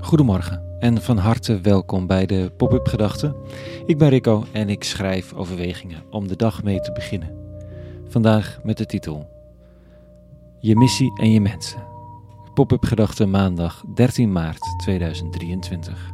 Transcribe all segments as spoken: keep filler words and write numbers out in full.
Goedemorgen en van harte welkom bij de Pop-up Gedachten. Ik ben Rico en ik schrijf overwegingen om de dag mee te beginnen. Vandaag met de titel Je missie en je mensen. Pop-up Gedachten maandag dertien maart tweeduizend drieëntwintig.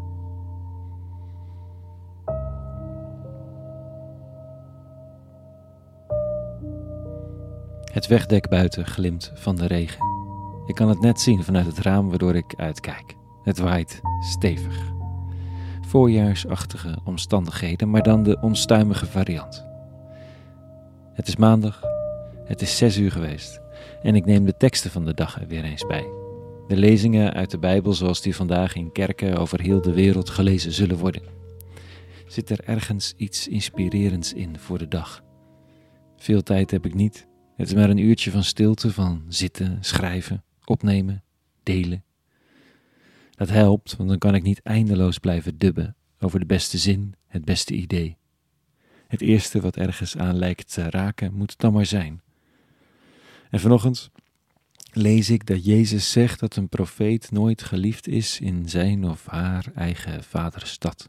Het wegdek buiten glimt van de regen. Ik kan het net zien vanuit het raam waardoor ik uitkijk. Het waait stevig. Voorjaarsachtige omstandigheden, maar dan de onstuimige variant. Het is maandag, het is zes uur geweest en ik neem de teksten van de dag er weer eens bij. De lezingen uit de Bijbel zoals die vandaag in kerken over heel de wereld gelezen zullen worden. Zit er ergens iets inspirerends in voor de dag? Veel tijd heb ik niet. Het is maar een uurtje van stilte, van zitten, schrijven, opnemen, delen. Dat helpt, want dan kan ik niet eindeloos blijven dubben over de beste zin, het beste idee. Het eerste wat ergens aan lijkt te raken, moet het dan maar zijn. En vanochtend lees ik dat Jezus zegt dat een profeet nooit geliefd is in zijn of haar eigen vaderstad.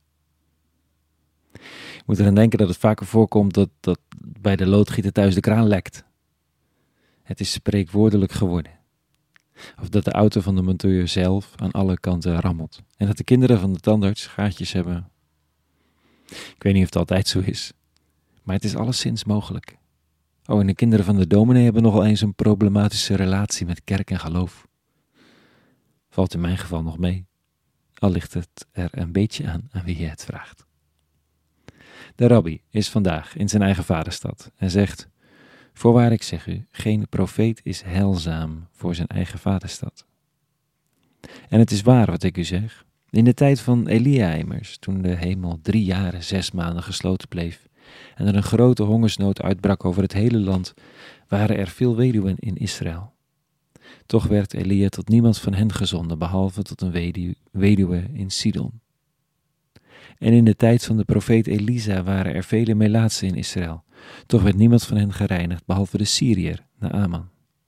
Ik moet eraan denken dat het vaker voorkomt dat, dat bij de loodgieter thuis de kraan lekt. Het is spreekwoordelijk geworden. Of dat de auto van de monteur zelf aan alle kanten rammelt. En dat de kinderen van de tandarts gaatjes hebben. Ik weet niet of het altijd zo is. Maar het is alleszins mogelijk. Oh, en de kinderen van de dominee hebben nogal eens een problematische relatie met kerk en geloof. Valt in mijn geval nog mee. Al ligt het er een beetje aan aan wie je het vraagt. De rabbi is vandaag in zijn eigen vaderstad en zegt: Voorwaar ik zeg u, geen profeet is heilzaam voor zijn eigen vaderstad. En het is waar wat ik u zeg. In de tijd van Elia immers, toen de hemel drie jaren zes maanden gesloten bleef en er een grote hongersnood uitbrak over het hele land, waren er veel weduwen in Israël. Toch werd Elia tot niemand van hen gezonden, behalve tot een wedu- weduwe in Sidon. En in de tijd van de profeet Elisa waren er vele melaatsen in Israël. Toch werd niemand van hen gereinigd, behalve de Syriër, Naaman.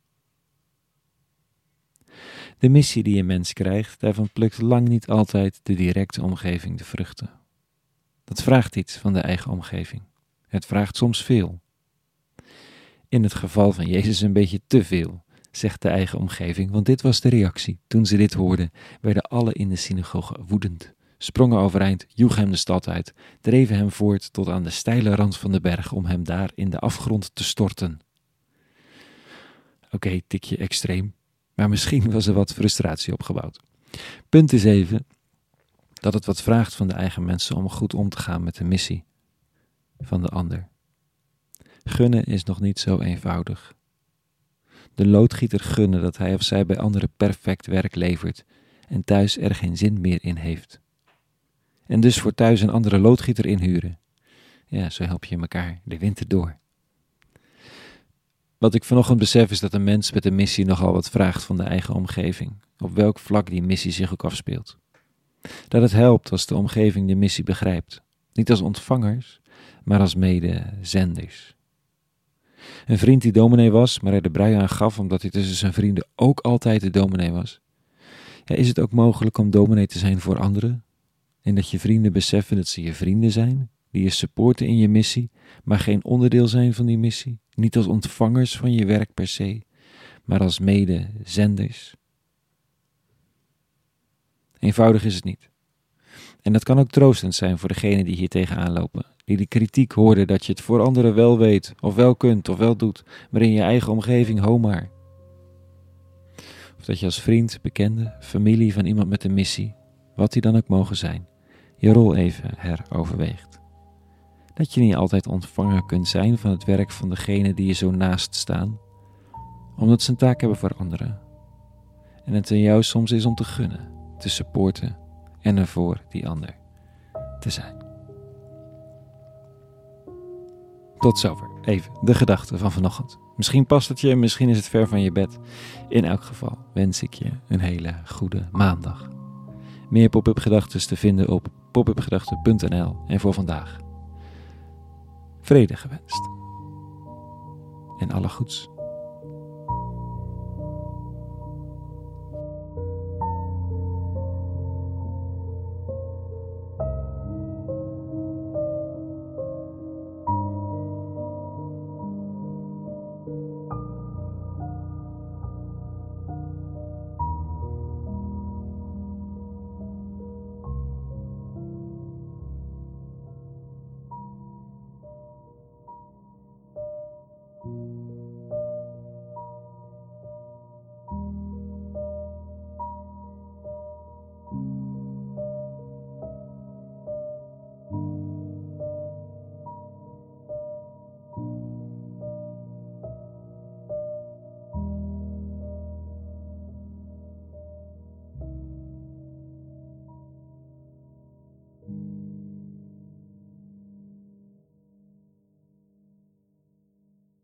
De missie die een mens krijgt, daarvan plukt lang niet altijd de directe omgeving de vruchten. Dat vraagt iets van de eigen omgeving. Het vraagt soms veel. In het geval van Jezus een beetje te veel, zegt de eigen omgeving, want dit was de reactie. Toen ze dit hoorden, werden alle in de synagoge woedend. Sprongen overeind, joegen hem de stad uit, dreven hem voort tot aan de steile rand van de berg om hem daar in de afgrond te storten. Oké, okay, tikje extreem, maar misschien was er wat frustratie opgebouwd. Punt is even dat het wat vraagt van de eigen mensen om goed om te gaan met de missie van de ander. Gunnen is nog niet zo eenvoudig. De loodgieter gunnen dat hij of zij bij anderen perfect werk levert en thuis er geen zin meer in heeft. En dus voor thuis een andere loodgieter inhuren. Ja, zo help je elkaar de winter door. Wat ik vanochtend besef is dat een mens met een missie nogal wat vraagt van de eigen omgeving. Op welk vlak die missie zich ook afspeelt. Dat het helpt als de omgeving de missie begrijpt. Niet als ontvangers, maar als medezenders. Een vriend die dominee was, maar er de brui aan gaf omdat hij tussen zijn vrienden ook altijd de dominee was. Ja, is het ook mogelijk om dominee te zijn voor anderen? En dat je vrienden beseffen dat ze je vrienden zijn, die je supporten in je missie, maar geen onderdeel zijn van die missie. Niet als ontvangers van je werk per se, maar als medezenders. Eenvoudig is het niet. En dat kan ook troostend zijn voor degenen die hier tegenaan lopen, die de kritiek hoorden dat je het voor anderen wel weet, of wel kunt, of wel doet, maar in je eigen omgeving ho maar. Of dat je als vriend, bekende, familie van iemand met een missie, wat die dan ook mogen zijn, je rol even heroverweegt. Dat je niet altijd ontvanger kunt zijn van het werk van degene die je zo naast staan, omdat ze een taak hebben voor anderen. En het aan jou soms is om te gunnen, te supporten en er voor die ander te zijn. Tot zover even de gedachte van vanochtend. Misschien past het je, misschien is het ver van je bed. In elk geval wens ik je een hele goede maandag. Meer pop-up gedachten te vinden op popupgedachten punt n l en voor vandaag vrede gewenst en alle goeds.